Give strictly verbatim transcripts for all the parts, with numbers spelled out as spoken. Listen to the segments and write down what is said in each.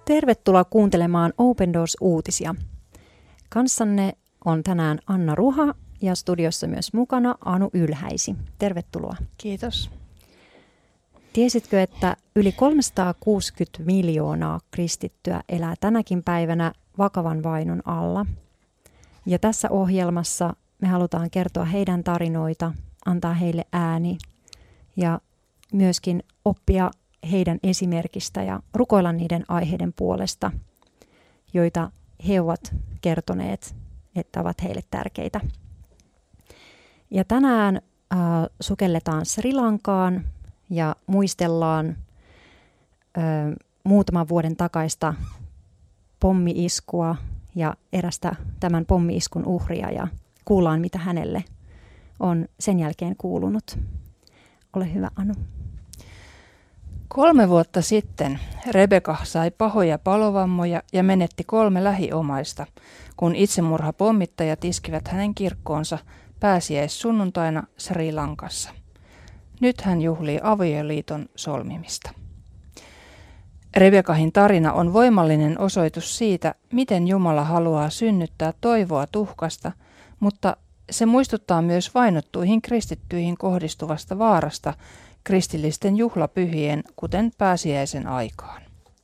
Tervetuloa kuuntelemaan Open Doors-uutisia. Kanssanne on tänään Anna Ruha ja studiossa myös mukana Anu Ylhäisi. Tervetuloa. Kiitos. Tiesitkö, että yli kolmesataakuusikymmentä miljoonaa kristittyä elää tänäkin päivänä vakavan vainon alla? Ja tässä ohjelmassa me halutaan kertoa heidän tarinoita, antaa heille ääni ja myöskin oppia heidän esimerkistä ja rukoilla niiden aiheiden puolesta, joita he ovat kertoneet, että ovat heille tärkeitä. Ja tänään äh, sukelletaan Sri Lankaan ja muistellaan äh, muutaman vuoden takaista pommi-iskua ja erästä tämän pommi-iskun uhria ja kuullaan, mitä hänelle on sen jälkeen kuulunut. Ole hyvä, Anu. Kolme vuotta sitten Rebeka sai pahoja palovammoja ja menetti kolme lähiomaista, kun itsemurhapommittajat iskivät hänen kirkkoonsa pääsiäissunnuntaina Sri Lankassa. Nyt hän juhlii avioliiton solmimista. Rebekahin tarina on voimallinen osoitus siitä, miten Jumala haluaa synnyttää toivoa tuhkasta, mutta se muistuttaa myös vainottuihin kristittyihin kohdistuvasta vaarasta kristillisten juhlapyhien, kuten pääsiäisen aikaan.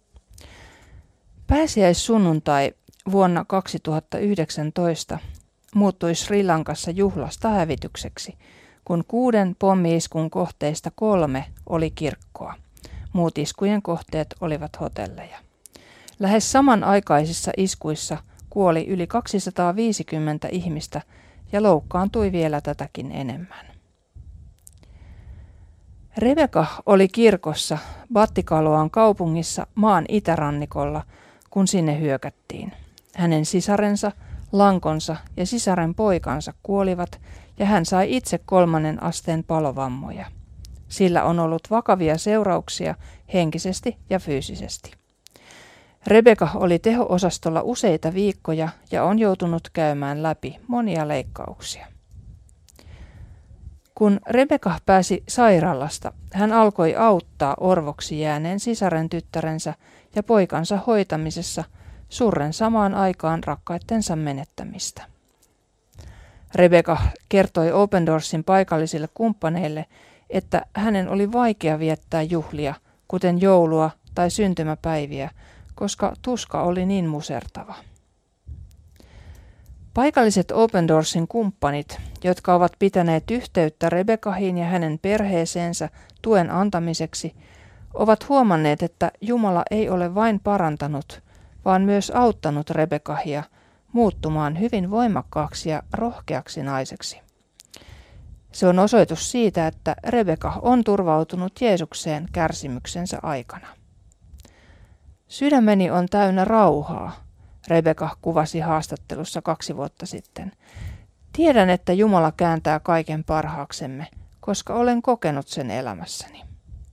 Pääsiäissunnuntai vuonna kaksituhattayhdeksäntoista muuttui Sri Lankassa juhlasta hävitykseksi, kun kuuden pommi-iskun kohteista kolme oli kirkkoa. Muut iskujen kohteet olivat hotelleja. Lähes samanaikaisissa iskuissa kuoli yli kaksisataaviisikymmentä ihmistä ja loukkaantui vielä tätäkin enemmän. Rebeka oli kirkossa Battikaloan kaupungissa maan itärannikolla, kun sinne hyökättiin. Hänen sisarensa, lankonsa ja sisaren poikansa kuolivat ja hän sai itse kolmannen asteen palovammoja. Sillä on ollut vakavia seurauksia henkisesti ja fyysisesti. Rebeka oli teho-osastolla useita viikkoja ja on joutunut käymään läpi monia leikkauksia. Kun Rebeka pääsi sairaalasta, hän alkoi auttaa orvoksi jääneen sisaren tyttärensä ja poikansa hoitamisessa surren samaan aikaan rakkaittensa menettämistä. Rebeka kertoi Open Doorsin paikallisille kumppaneille, että hänen oli vaikea viettää juhlia, kuten joulua tai syntymäpäiviä, koska tuska oli niin musertava. Paikalliset Open Doorsin kumppanit, jotka ovat pitäneet yhteyttä Rebekahiin ja hänen perheeseensä tuen antamiseksi, ovat huomanneet, että Jumala ei ole vain parantanut, vaan myös auttanut Rebekahia muuttumaan hyvin voimakkaaksi ja rohkeaksi naiseksi. Se on osoitus siitä, että Rebeka on turvautunut Jeesukseen kärsimyksensä aikana. Sydämeni on täynnä rauhaa, Rebeka kuvasi haastattelussa kaksi vuotta sitten. Tiedän, että Jumala kääntää kaiken parhaaksemme, koska olen kokenut sen elämässäni.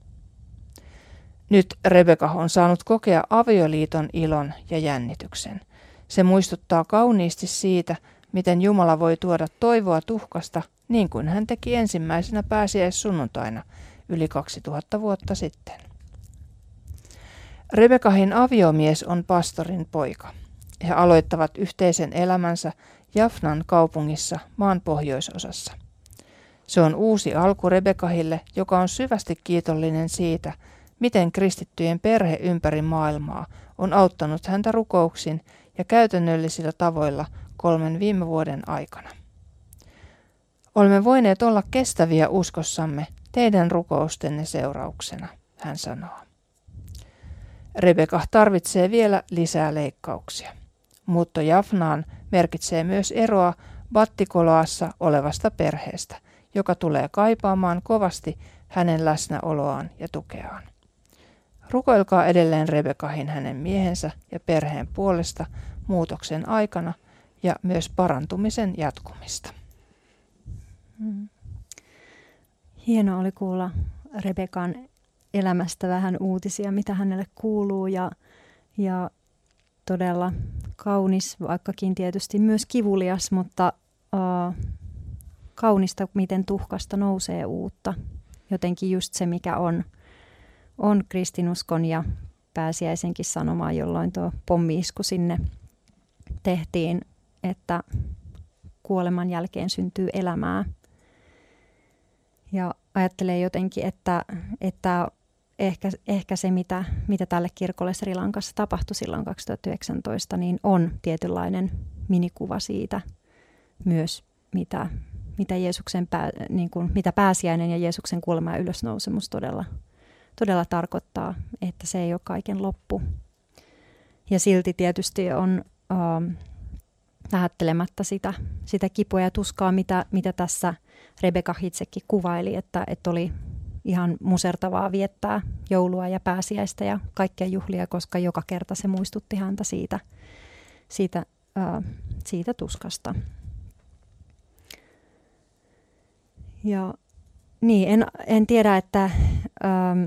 Nyt Rebeka on saanut kokea avioliiton ilon ja jännityksen. Se muistuttaa kauniisti siitä, miten Jumala voi tuoda toivoa tuhkasta, niin kuin hän teki ensimmäisenä pääsiäissunnuntaina yli kaksituhatta vuotta sitten. Rebekahin aviomies on pastorin poika. He aloittavat yhteisen elämänsä Jaffnan kaupungissa maan pohjoisosassa. Se on uusi alku Rebekahille, joka on syvästi kiitollinen siitä, miten kristittyjen perhe ympäri maailmaa on auttanut häntä rukouksin ja käytännöllisillä tavoilla kolmen viime vuoden aikana. Olemme voineet olla kestäviä uskossamme teidän rukoustenne seurauksena, hän sanoo. Rebeka tarvitsee vielä lisää leikkauksia. Muutto Jaffnaan merkitsee myös eroa Battikoloassa olevasta perheestä, joka tulee kaipaamaan kovasti hänen läsnäoloaan ja tukeaan. Rukoilkaa edelleen Rebekahin hänen miehensä ja perheen puolesta muutoksen aikana ja myös parantumisen jatkumista. Hienoa oli kuulla Rebekan elämästä vähän uutisia, mitä hänelle kuuluu ja, ja todella kaunis, vaikkakin tietysti myös kivulias, mutta uh, kaunista, miten tuhkasta nousee uutta. Jotenkin just se, mikä on, on kristinuskon ja pääsiäisenkin sanomaan, jolloin tuo pommi-isku sinne tehtiin, että kuoleman jälkeen syntyy elämää. Ja ajattelee jotenkin, että, että ehkä, ehkä se, mitä, mitä tälle kirkolle Sri Lankassa tapahtui silloin kaksituhattayhdeksäntoista, niin on tietynlainen minikuva siitä myös, mitä, mitä, Jeesuksen pää, niin kuin, mitä pääsiäinen ja Jeesuksen kuolema ja ylösnousemus todella, todella tarkoittaa, että se ei ole kaiken loppu. Ja silti tietysti on ähm, vähättelemättä sitä, sitä kipua ja tuskaa, mitä, mitä tässä Rebekka itsekin kuvaili, että, että oli ihan musertavaa viettää joulua ja pääsiäistä ja kaikkia juhlia, koska joka kerta se muistutti häntä siitä, siitä, äh, siitä tuskasta. Ja niin, en, en tiedä, että ähm,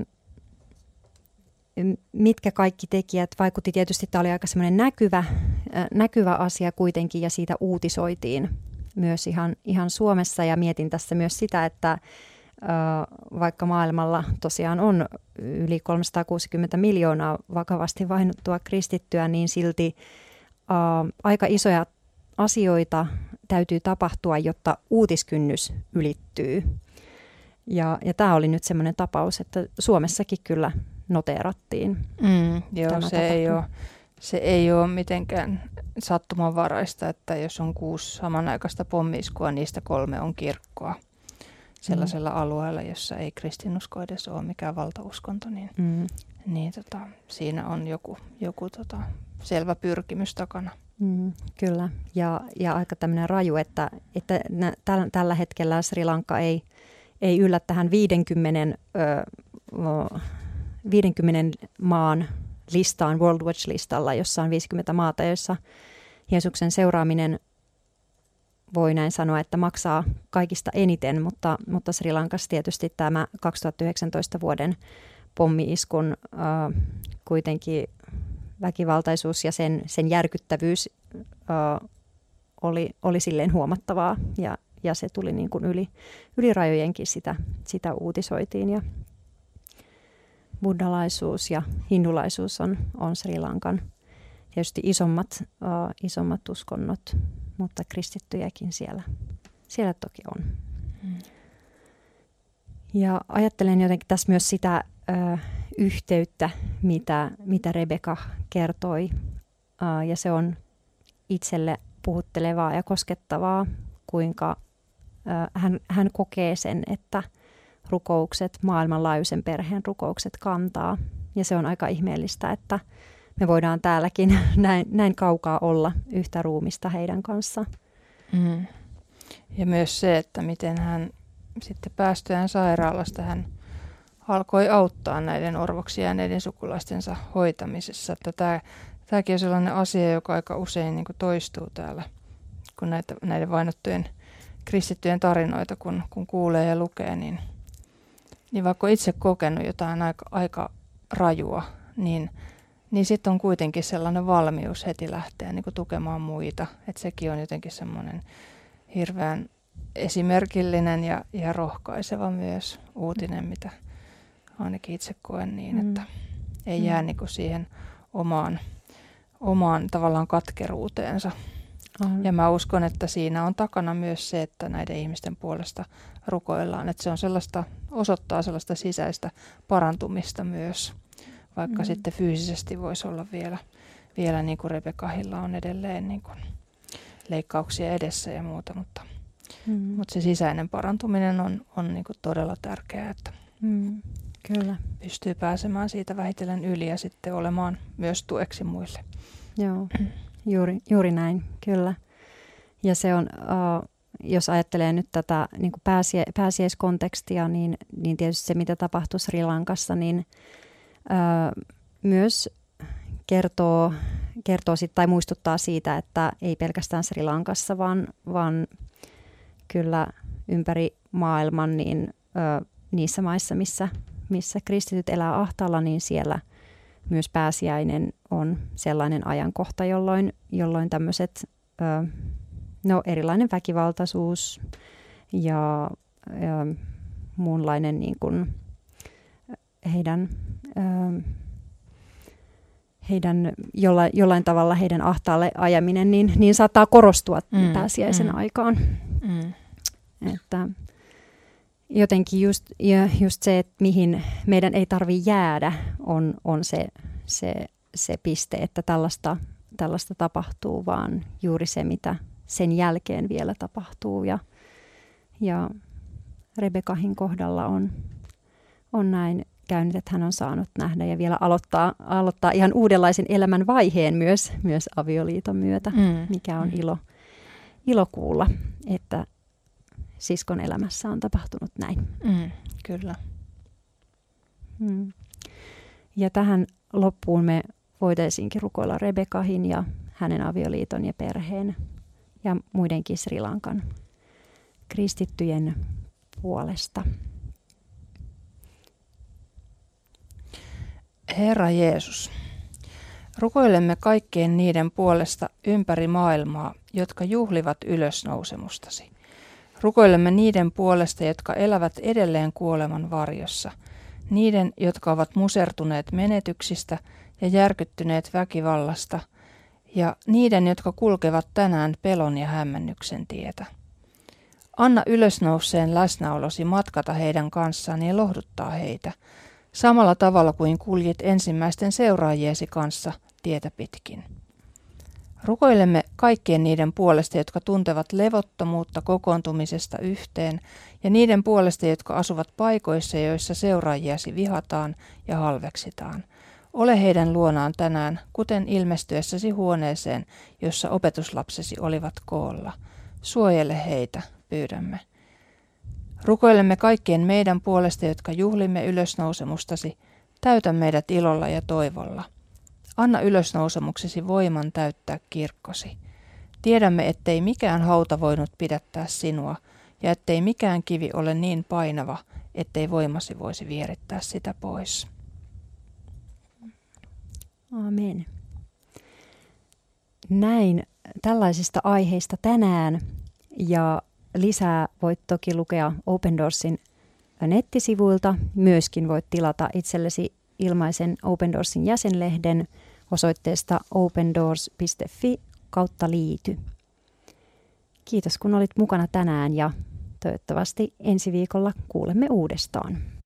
mitkä kaikki tekijät vaikutti. Tietysti tämä oli aika semmoinen näkyvä, äh, näkyvä asia kuitenkin, ja siitä uutisoitiin myös ihan, ihan Suomessa. Ja mietin tässä myös sitä, että äh, vaikka maailmalla tosiaan on yli kolmesataakuusikymmentä miljoonaa vakavasti vainottua kristittyä, niin silti äh, aika isoja asioita täytyy tapahtua, jotta uutiskynnys ylittyy. Ja, ja tämä oli nyt semmoinen tapaus, että Suomessakin kyllä noteerattiin. Mm, joo, se ei, ole, se ei ole mitenkään sattumanvaraista, että jos on kuusi samanaikaista pommi-iskua, niistä kolme on kirkkoa sellaisella mm. alueella, jossa ei kristinusko edes ole mikään valtauskonto, niin, mm. niin tota, siinä on joku, joku tota, selvä pyrkimys takana. Mm, kyllä, ja, ja aika tämmöinen raju, että, että nä, täl, tällä hetkellä Sri Lanka ei, ei yllä tähän viidenkymmenen, ö, viidenkymmenen maan listaan, World Watch-listalla, jossa on viisikymmentä maata, joissa Jeesuksen seuraaminen, voi näin sanoa, että maksaa kaikista eniten, mutta, mutta Sri Lankassa tietysti tämä kaksituhattayhdeksäntoista vuoden pommi-iskun ö, kuitenkin väkivaltaisuus ja sen, sen järkyttävyys ö, oli, oli silleen huomattavaa, ja, ja se tuli niin kuin yli, yli rajojenkin, sitä, sitä uutisoitiin. Ja buddhalaisuus ja hindulaisuus on, on Sri Lankan tietysti isommat, ö, isommat uskonnot, mutta kristittyjäkin siellä, siellä toki on. Hmm. Ja ajattelen jotenkin tässä myös sitä ö, yhteyttä, mitä, mitä Rebekka kertoi, uh, ja se on itselle puhuttelevaa ja koskettavaa, kuinka uh, hän, hän kokee sen, että rukoukset, maailmanlaajuisen perheen rukoukset kantaa, ja se on aika ihmeellistä, että me voidaan täälläkin näin, näin kaukaa olla yhtä ruumista heidän kanssa. Mm. Ja myös se, että miten hän sitten päästyään sairaalasta, hän alkoi auttaa näiden orvoksien ja näiden sukulaistensa hoitamisessa. Että tämä, tämäkin on sellainen asia, joka aika usein niin kuin toistuu täällä, kun näitä, näiden vainottujen kristittyjen tarinoita, kun, kun kuulee ja lukee, niin, niin vaikka itse kokenut jotain aika, aika rajua, niin, niin sitten on kuitenkin sellainen valmius heti lähteä niin kuin tukemaan muita. Että sekin on jotenkin semmoinen hirveän esimerkillinen ja, ja rohkaiseva myös uutinen, mitä ainakin itse koen niin, että mm. ei jää mm. niin kuin siihen omaan, omaan tavallaan katkeruuteensa. Mm. Ja mä uskon, että siinä on takana myös se, että näiden ihmisten puolesta rukoillaan. Että se on sellaista, osoittaa sellaista sisäistä parantumista myös, vaikka mm. sitten fyysisesti voisi olla vielä, vielä niin kuin Rebekkahilla on edelleen niin kuin leikkauksia edessä ja muuta. Mutta, mm. mutta se sisäinen parantuminen on, on niin kuin todella tärkeää, että mm. Kyllä. pystyy pääsemään siitä vähitellen yli ja sitten olemaan myös tueksi muille. Joo, juuri, juuri näin, kyllä. Ja se on, uh, jos ajattelee nyt tätä niin kuin pääsie, pääsiäiskontekstia, niin, niin tietysti se, mitä tapahtui Sri Lankassa, niin uh, myös kertoo, kertoo sit, tai muistuttaa siitä, että ei pelkästään Sri Lankassa, vaan, vaan kyllä ympäri maailman, niin uh, niissä maissa, missä missä kristityt elää ahtaalla, niin siellä myös pääsiäinen on sellainen ajankohta, jolloin, jolloin tämmöiset, ö, no erilainen väkivaltaisuus ja, ja muunlainen niin kuin heidän ö, heidän jollain, jollain tavalla heidän ahtaalle ajaminen, niin, niin saattaa korostua Mm, pääsiäisen mm. aikaan. Mm. Että jotenkin just, ja just se, että mihin meidän ei tarvitse jäädä, on, on se, se, se piste, että tällaista, tällaista tapahtuu, vaan juuri se, mitä sen jälkeen vielä tapahtuu. Ja, ja Rebekahin kohdalla on, on näin käynyt, että hän on saanut nähdä ja vielä aloittaa, aloittaa ihan uudenlaisen elämän vaiheen myös, myös avioliiton myötä, Mm. mikä on Mm. ilo, ilo kuulla, että siskon elämässä on tapahtunut näin. Mm. Kyllä. Mm. Ja tähän loppuun me voitaisiinkin rukoilla Rebekahin ja hänen avioliiton ja perheen ja muidenkin Sri Lankan kristittyjen puolesta. Herra Jeesus, rukoilemme kaikkien niiden puolesta ympäri maailmaa, jotka juhlivat ylösnousemustasi. Rukoilemme niiden puolesta, jotka elävät edelleen kuoleman varjossa, niiden, jotka ovat musertuneet menetyksistä ja järkyttyneet väkivallasta, ja niiden, jotka kulkevat tänään pelon ja hämmennyksen tietä. Anna ylösnouseen läsnäolosi matkata heidän kanssaan ja lohduttaa heitä, samalla tavalla kuin kuljit ensimmäisten seuraajiesi kanssa tietä pitkin. Rukoilemme kaikkien niiden puolesta, jotka tuntevat levottomuutta kokoontumisesta yhteen, ja niiden puolesta, jotka asuvat paikoissa, joissa seuraajiasi vihataan ja halveksitaan. Ole heidän luonaan tänään, kuten ilmestyessäsi huoneeseen, jossa opetuslapsesi olivat koolla. Suojele heitä, pyydämme. Rukoilemme kaikkien meidän puolesta, jotka juhlimme ylösnousemustasi. Täytä meidät ilolla ja toivolla. Anna ylösnousemuksesi voiman täyttää kirkkosi. Tiedämme, ettei mikään hauta voinut pidättää sinua, ja ettei mikään kivi ole niin painava, ettei voimasi voisi vierittää sitä pois. Amen. Näin tällaisista aiheista tänään, ja lisää voit toki lukea Open Doorsin nettisivuilta. Myöskin voit tilata itsellesi ilmaisen Open Doorsin jäsenlehden osoitteesta opendoors piste fi kautta liity. Kiitos kun olit mukana tänään ja toivottavasti ensi viikolla kuulemme uudestaan.